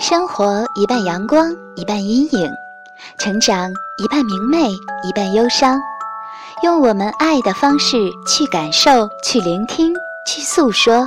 生活一半阳光，一半阴影；成长一半明媚，一半忧伤。用我们爱的方式去感受，去聆听，去诉说。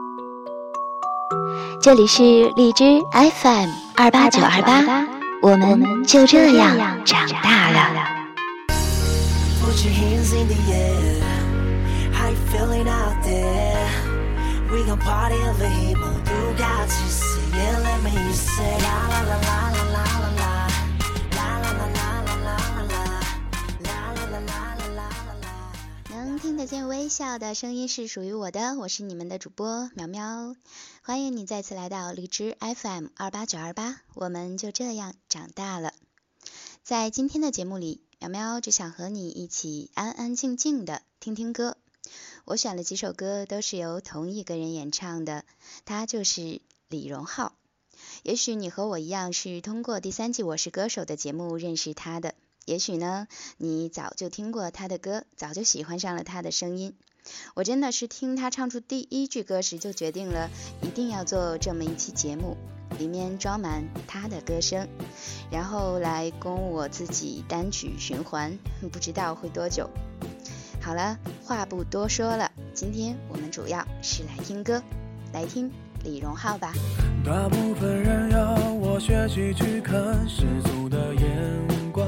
这里是荔枝 FM28928，我们就这样长大了。 Put your hands in the air, how you feeling out there? We gon' party over here, but you got to see it. Let me say la la la la la la la la la la la la la la la la la。 能听得见微笑的声音是属于我的，我是你们的主播苗苗，欢迎你再次来到荔枝 FM28928，我们就这样长大了。在今天的节目里，苗苗只想和你一起安安静静的听听歌。我选了几首歌都是由同一个人演唱的，他就是李荣浩。也许你和我一样是通过第3季《我是歌手》的节目认识他的，也许呢你早就听过他的歌，早就喜欢上了他的声音。我真的是听他唱出第一句歌时就决定了一定要做这么一期节目，里面装满他的歌声，然后来供我自己单曲循环，不知道会多久。好了，话不多说了，今天我们主要是来听歌，来听李荣浩吧。 大部分人要我学习去看世俗的眼光，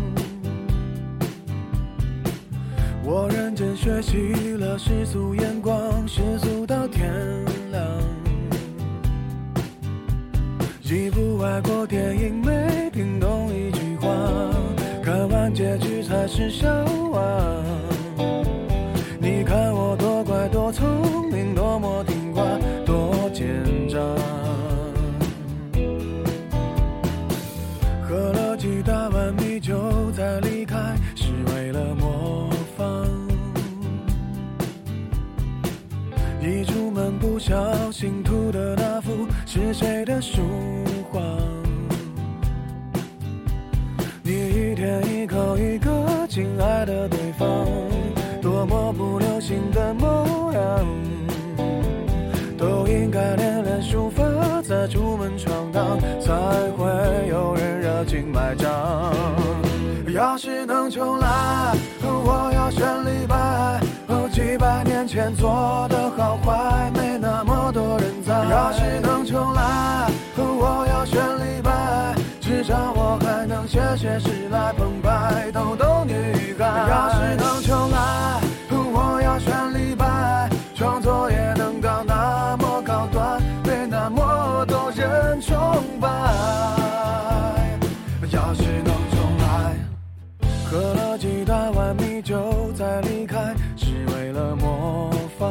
我认真学习了世俗眼光，世俗到天亮。一部外国电影没听懂一句话，看完结局才是笑话。你看我多乖多聪明，多么听话，多奸诈。喝了几大碗米酒再离开，是为了模仿。一出门不小心涂的那幅是谁的书画？你一天一口一个亲爱的对方，多么不流行的模样，都应该练练书法，再出门闯荡，才会有人热情买账。要是能重来，我要选李白，几百年前做的好坏，没那么多人在。要是能重来，我要选李白，至少我还能写写诗来澎湃逗逗女孩。要是能重来，我要选李白，创作也能到那么高端，被那么多人崇拜。要是能重来，喝了几大碗米酒再离开，是为了模仿。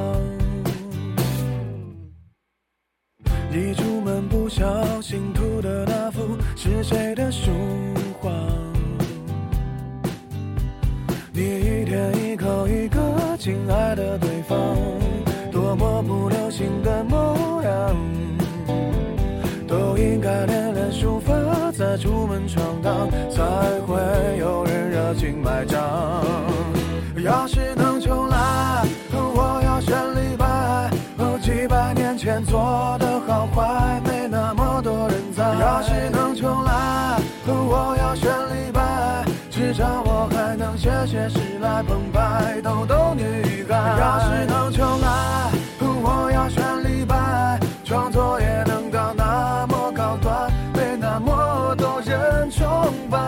一出门不小心涂的那幅是谁的书画？你一天一口一个亲爱的对方，多么不流行的模样，都应该练练书法，再出门闯荡，才会有人热情买账。要是能重来，我要选李白，几百年前做的好坏，没那么多人在。要是能重来，我要选李白，至少我还能写写诗来澎湃逗逗女孩。要是能重来，我要选李白，创作也能到那么高端，被那么多人崇拜。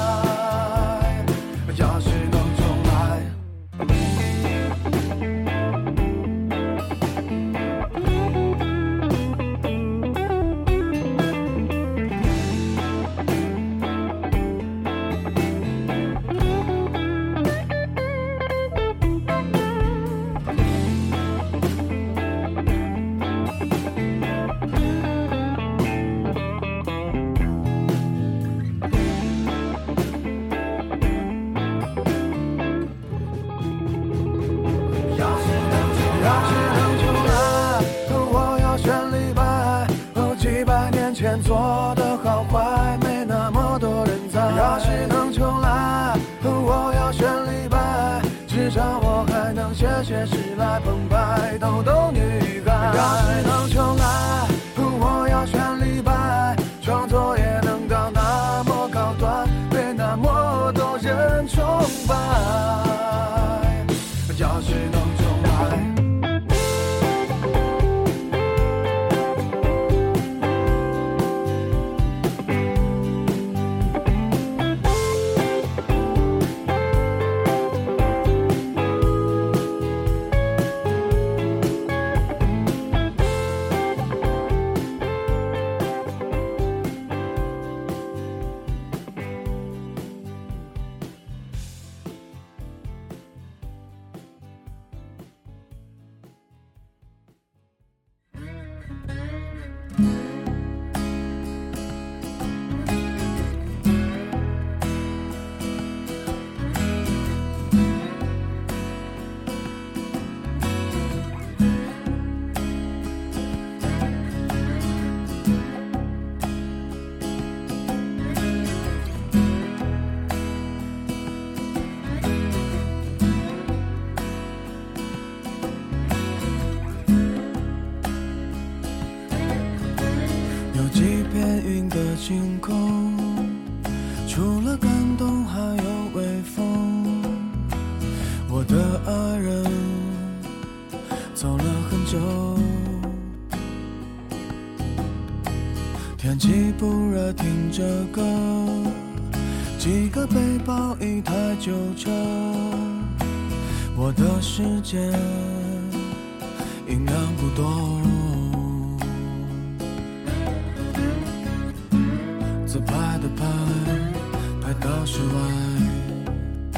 要是能重来。做的好坏，没那么多人在。要是能重来，我要选李白，至少我还能写写诗来澎湃逗逗女孩。要是能重来，我要选李白， 的晴空，除了感动还有微风。我的爱人走了很久，天气不热听着歌，几个背包一台旧车，我的世界音量不多。自拍的拍，拍到室外，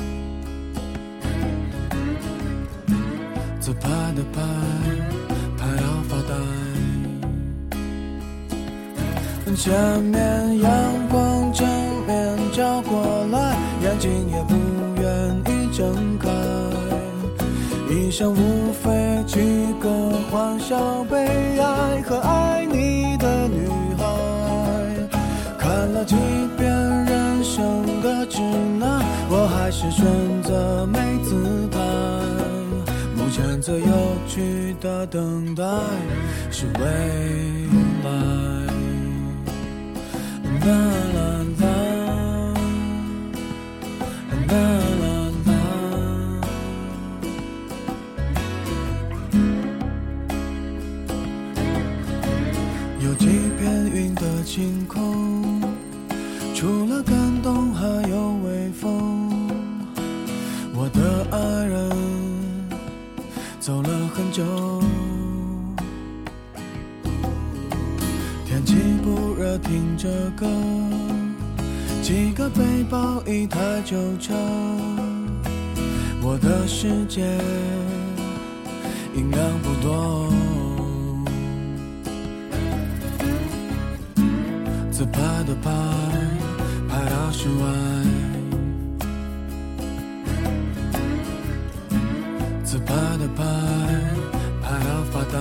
自拍的拍，拍到发呆。前面阳光正面照过来，眼睛也不愿意睁开，一生无非几个欢笑悲哀和爱你的女孩。看了几遍人生的指南，我还是选择没姿态，目前最有趣的等待是未来。啦啦啦，啦啦啦。有几片云的晴空，除了感动还有微风。我的爱人走了很久，天气不热听着歌，几个背包一台旧车，我的世界音量不多。自拍的拍，拍到室外，自拍的拍，拍到发呆。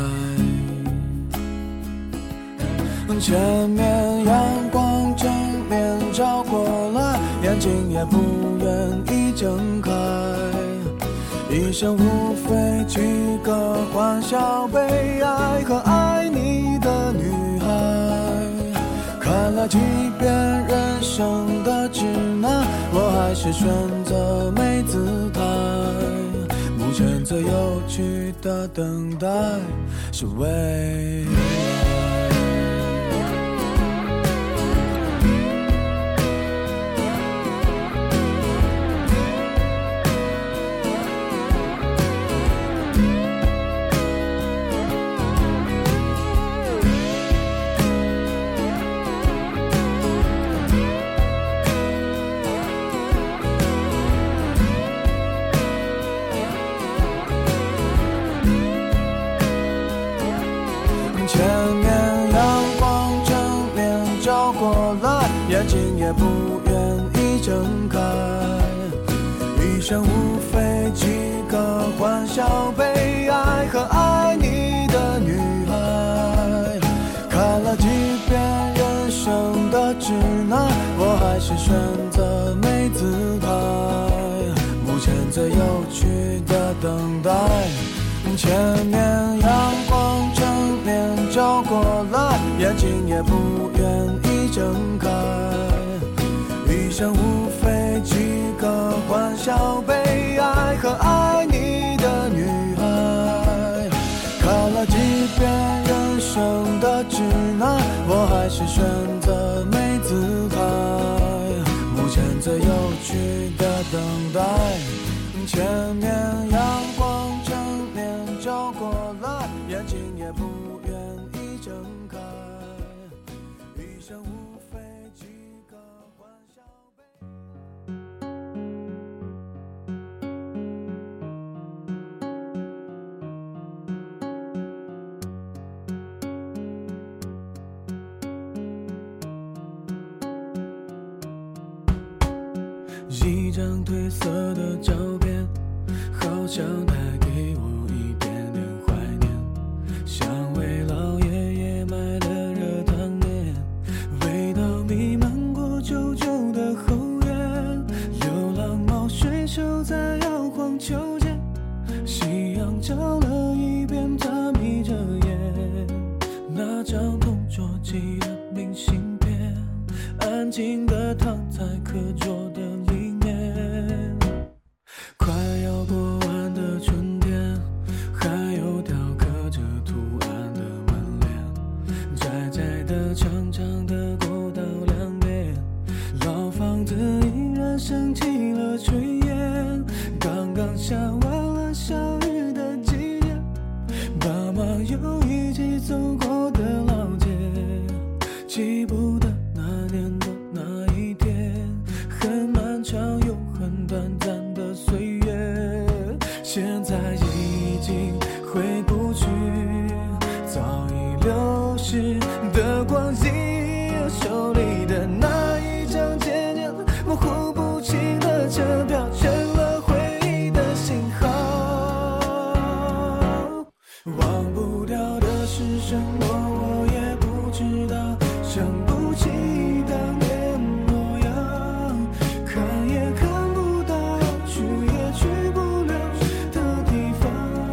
前面阳光正面照过来，眼睛也不愿意睁开，一生无非几个欢笑悲哀和爱你的女孩。看了几遍人生的指南，我还是选择没姿态，目前最有趣的等待是未来。前面阳光正面照过来，眼睛也不愿意睁开，一生无非几个欢笑悲哀和爱你的女孩。看了几遍人生的指南，我还是选择没姿态，目前最有趣的等待。前面阳光正面照过来，眼睛也不愿意睁开，一生无非几个欢笑悲哀和爱你的女孩。看了几遍人生的指南，我还是选择没姿态，目前最有趣的等待。前面阳光正面照过来，眼睛也不愿意睁开，一生无非几个欢笑一张褪色的照片，好像带给我一点点怀念，像为老爷爷买的热汤面，味道弥漫过旧旧的后院，流浪猫睡熟在摇晃秋千，夕阳照了一遍，它眯着眼，那张同桌寄的明信片， 静地躺在课桌的里面。快要过完的春天，还有条刻着图案的门帘，窄窄的长长的过道两边，老房子依然升起了炊烟。刚刚下完了小雨的季节，爸妈又一起走过的老街，记不得那年的那一天，很漫长又很短暂的岁月，现在已经回不去早已流逝的光阴，手里的那一张渐渐模糊不清的车票，成了回忆的信号。忘不掉的是什么我也不知道，想不起当年模样，看也看不到，去也去不了的地方。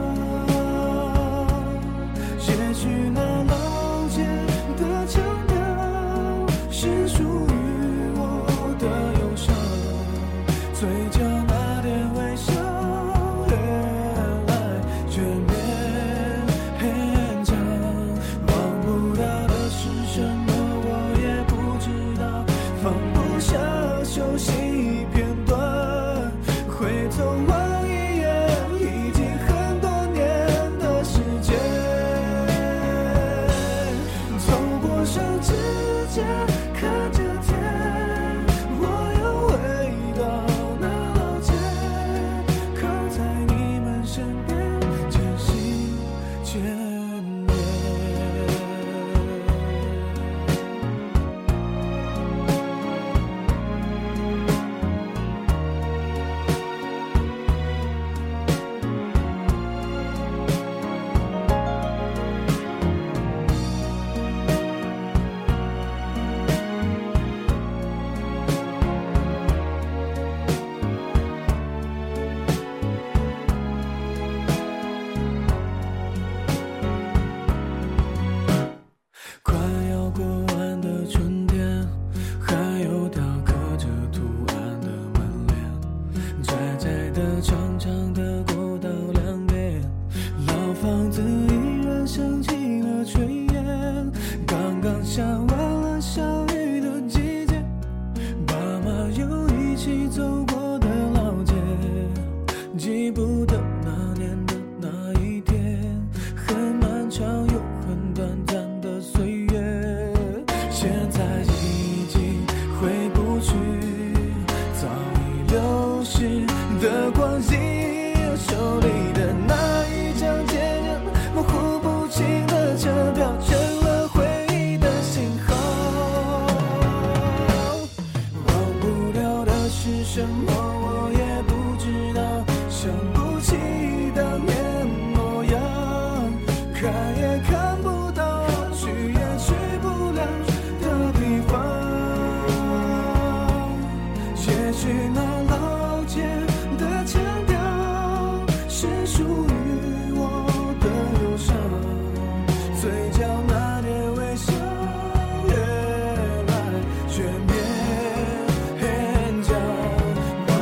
也许那老街的腔调是属于我的忧伤，嘴角那点微笑越来越勉强。忘不掉的是什么我也不知道，放不下熟悉片段，回头望一眼已经很多年的时间。走过手指甲看着天，我又回到那老街，靠在你们身边渐行渐远。快要过完的春天，还有条刻着图案的门帘，窄窄的长长的过道两边，老房子依然升起了炊烟。刚刚下完了小雨的季节，爸妈又一起走过的老街，记不得那年的那一天，很漫长又很短暂的岁月，现在已经回不去早已流逝的光阴，手里的那一张渐渐模糊不清的车票，成了回忆的信号。忘不了的是什么我也不知道，想不起当年模样，看也看不到，去也去不了的地方。也许那老街的腔调是属于我的忧伤，嘴角那点微笑越来越勉强。忘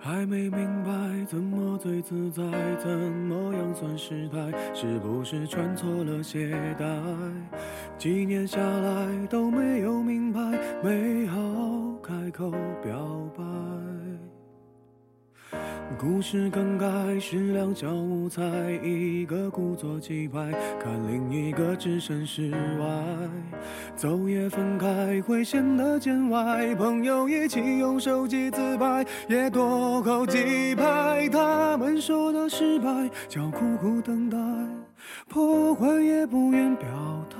还没明白怎么最自在，怎么样算失态，是不是穿错了鞋带？几年下来都没有明白，没好开口表白。故事更改是两小无猜，一个故作气派，看另一个置身事外。走也分开会显得见外，朋友一起用手机自拍，也多扣几拍。他们说的失败叫苦苦等待，破坏也不愿表态。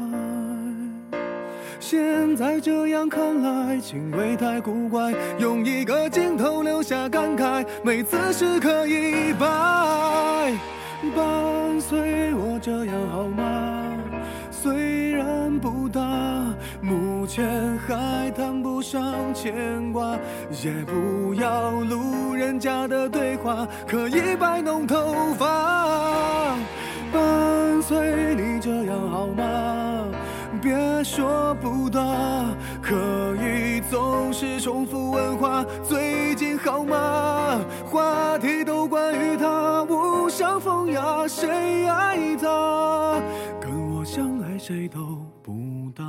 现在这样看来，行为太古怪，用一个镜头留下感慨，每次时刻一摆。伴随我这样好吗？虽然不大，目前还谈不上牵挂，也不要路人甲的对话，可以摆弄头发。伴随你这样好吗？别说不大，可以总是重复问话，最近好吗？话题都关于他，无伤风雅，谁爱他？跟我相爱谁都不搭。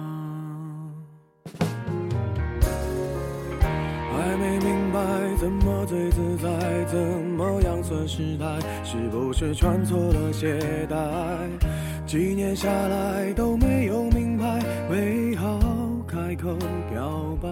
还没明白怎么最自在，怎么样算失态，是不是穿错了鞋带？几年下来都没有明白，没好开口表白。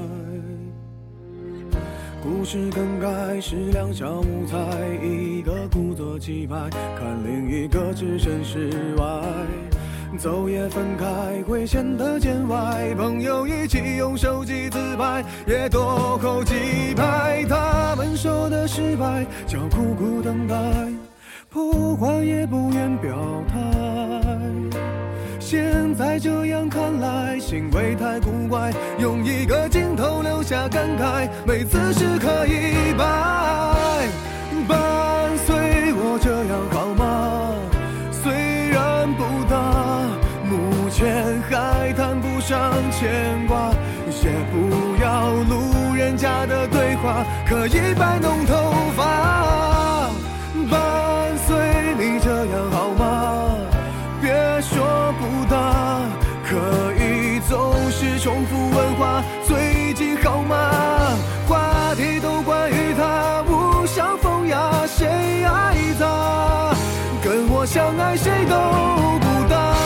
故事更改是两小无猜，一个故作气派，看另一个置身事外。走也分开会显得见外，朋友一起用手机自拍，也多扣几拍。他们说的失败叫苦苦等待，破坏也不愿表态。现在这样看来，行为太古怪，用一个镜头留下感慨，每次时刻一摆。伴随我这样好吗？虽然不大，目前还谈不上牵挂，也不要路人甲的对话，可以摆弄头发。伴随你这样好吗？别说不大，可以总是重复问话，最近好吗？话题都关于他，无伤风雅，谁爱他？跟我相爱谁都不搭。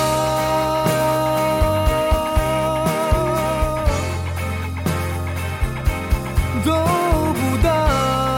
都不搭。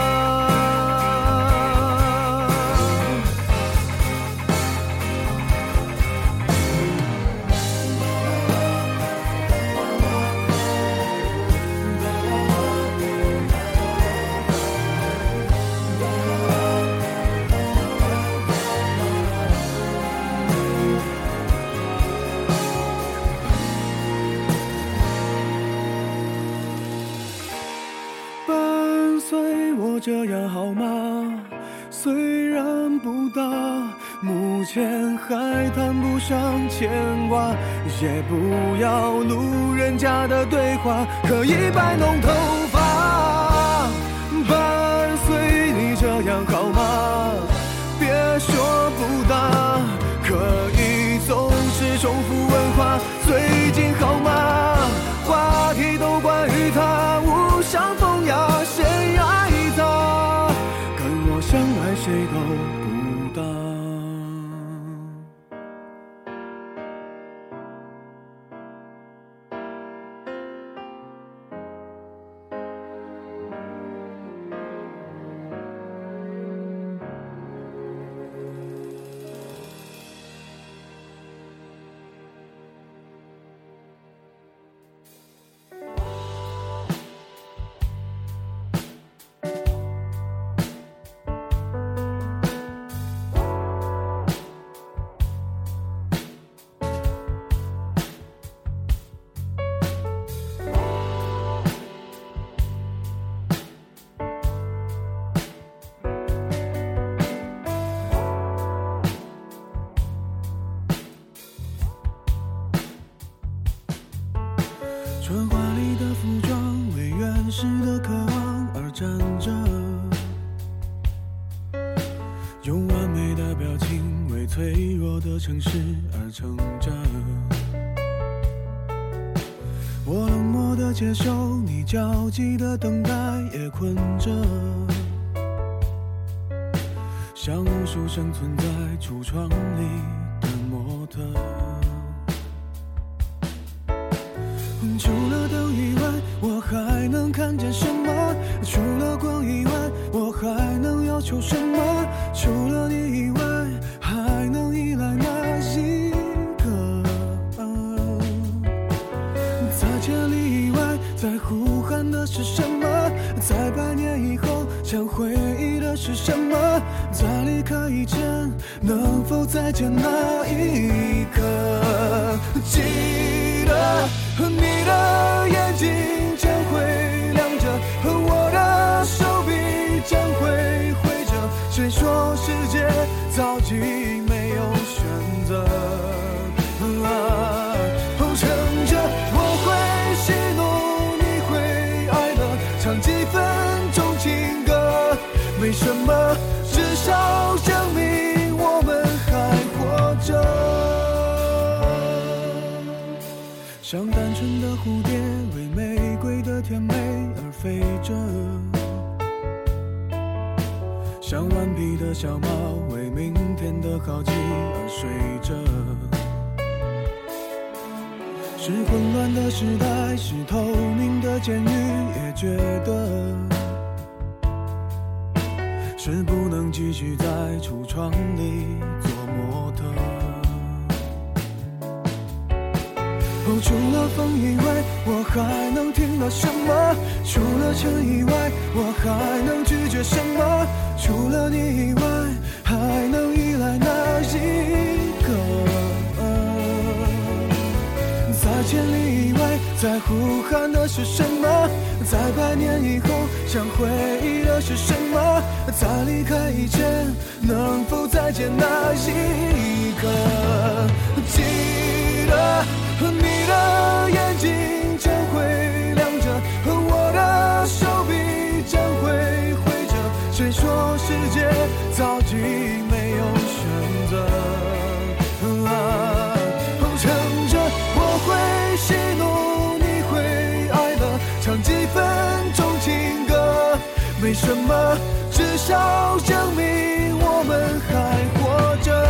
伴随我这样好吗？虽然不大，目前还谈不上牵挂，也不要路人甲的对话，可以摆弄头发。伴随你这样好吗？别说不大，可以总是重复问话，最近好吗？话题都关于他，无伤风雅，谁爱他？跟我相爱谁都不搭。春花里的服装，为原始的渴望而站着。 脆弱的城市而撑着。我冷漠的接受你焦急的等待，也困着，像无数生存在橱窗里的模特。除了灯以外，我还能看见什么？除了光以外，我还能要求什么？除了你以外，还能依赖哪一个？在千里以外，在呼喊的是什么？在100年以后，想回忆的是什么？在离开以前，能否再见那一刻？记得你的眼睛将会亮着，我的手臂将会挥着。谁说世界早已没有选择？撑着我会喜怒，你会哀乐，唱几分钟情歌，没什么，至少证明我们还活着。像单纯的蝴蝶，为玫瑰的甜美而飞着，像顽皮的小猫，为明天的好奇而睡着。是混乱的时代，是透明的监狱，也觉得是不能继续在橱窗里做模特。除了风以外，我还能听到什么？除了尘以外，我还能拒绝什么？除了你以外，还能依赖哪一个？在千里以外，在呼喊的是什么？在100年以后，想回忆的是什么？在离开以前，能否再见那一刻？记得你的眼睛将会亮着，我的手臂将会挥着。谁说世界早已没有选择？撑着我会喜怒，你会哀乐，唱几分钟情歌，没什么，至少证明我们还活着。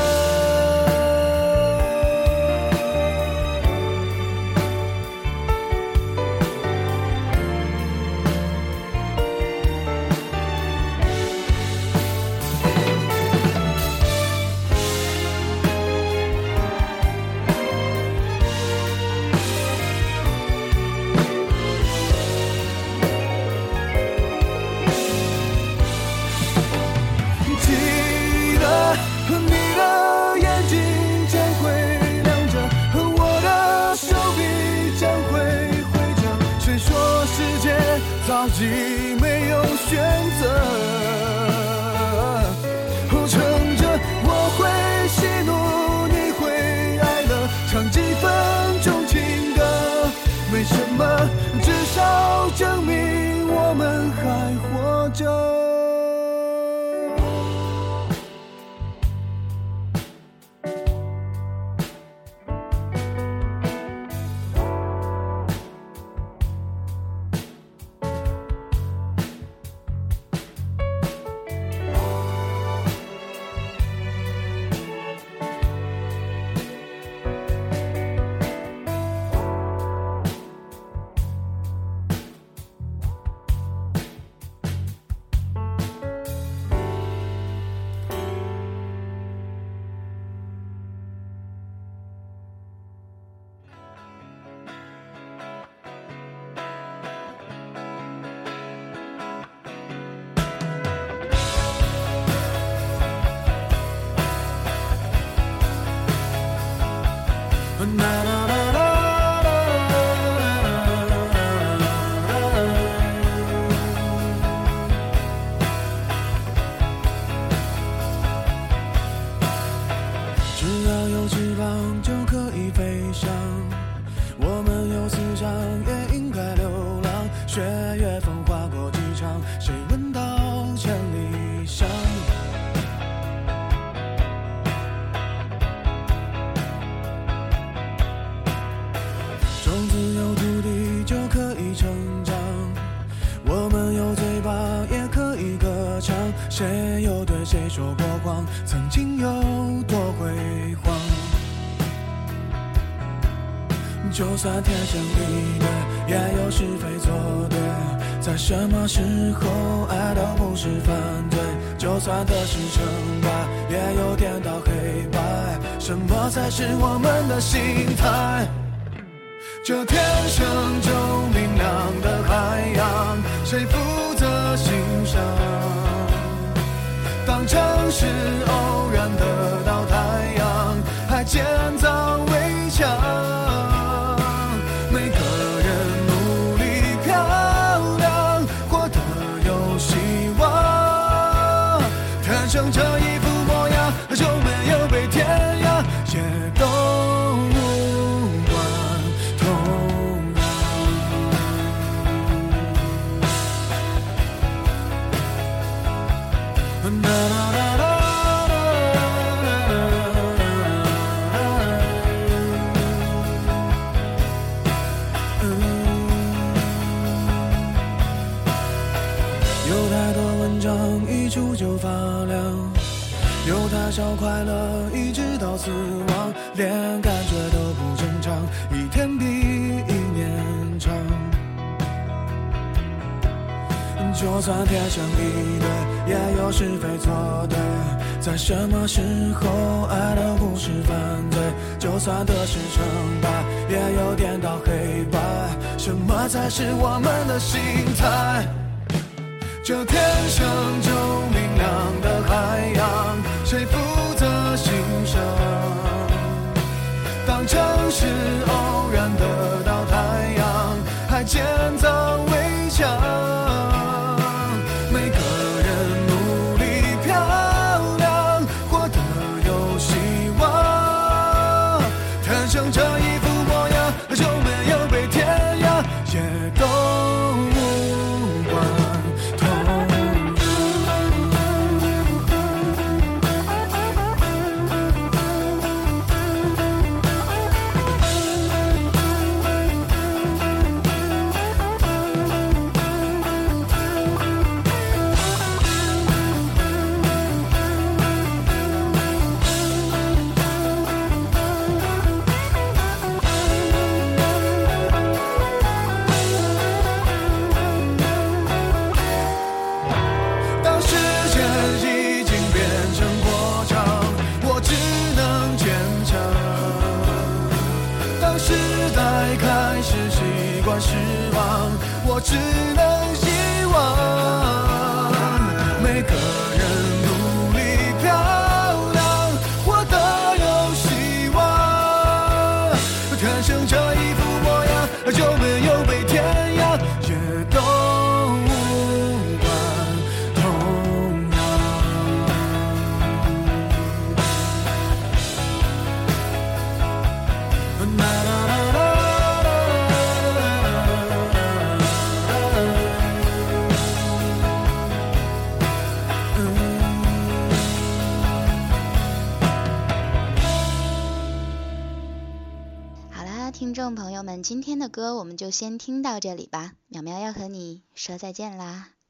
早已没有选择，撑着我会喜怒，你会哀乐，唱几分钟情歌，没什么，至少证明我们还活着。 种子有土地就可以成长，我们有嘴巴也可以歌唱，谁又对谁说过谎，曾经有多辉煌。就算天生一对，也有是非错对，在什么时候爱都不是犯罪，就算得失成败，也有颠倒黑白，什么才是我们的心态？这天生就明亮的海洋，谁负责欣赏？当城市偶然得到太阳，还建造围墙，每个人努力漂亮，活得有希望。天生这一副模样，就没有被天涯，也都有太多文章一出就发亮，有太少快乐一直到死亡，连感觉都不正常，一天比一年长。就算天生一对，也有是非错对，在什么时候爱都不是犯罪，就算得失成败，也有颠倒黑白，什么才是我们的心态？这天生就明亮的海洋，谁负责欣赏？当城市偶然得到太阳，还建造围墙，每个人努力漂亮，活得有希望。天生这一副模样，就没有被天涯，也都失望，我只能遗忘。每个人努力漂亮，活得有希望。天生这一副模样，就没有被天涯，也都无关痛听众朋友们，今天的歌我们就先听到这里吧。淼淼要和你说再见啦。